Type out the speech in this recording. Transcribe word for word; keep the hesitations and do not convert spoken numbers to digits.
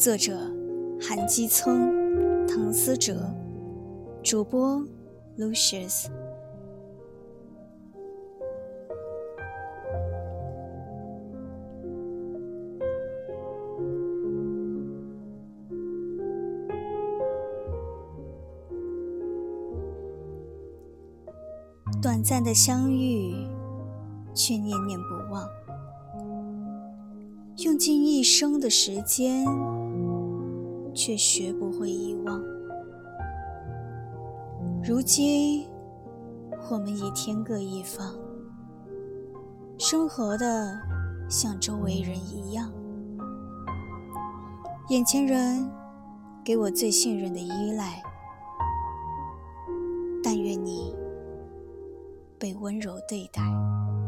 作者韩基聪、唐思哲，主播 Lucius。 短暂的相遇，却念念不忘，用尽一生的时间，却学不会遗忘。如今我们已天各一方，生活的像周围人一样。眼前人给我最信任的依赖，但愿你被温柔对待。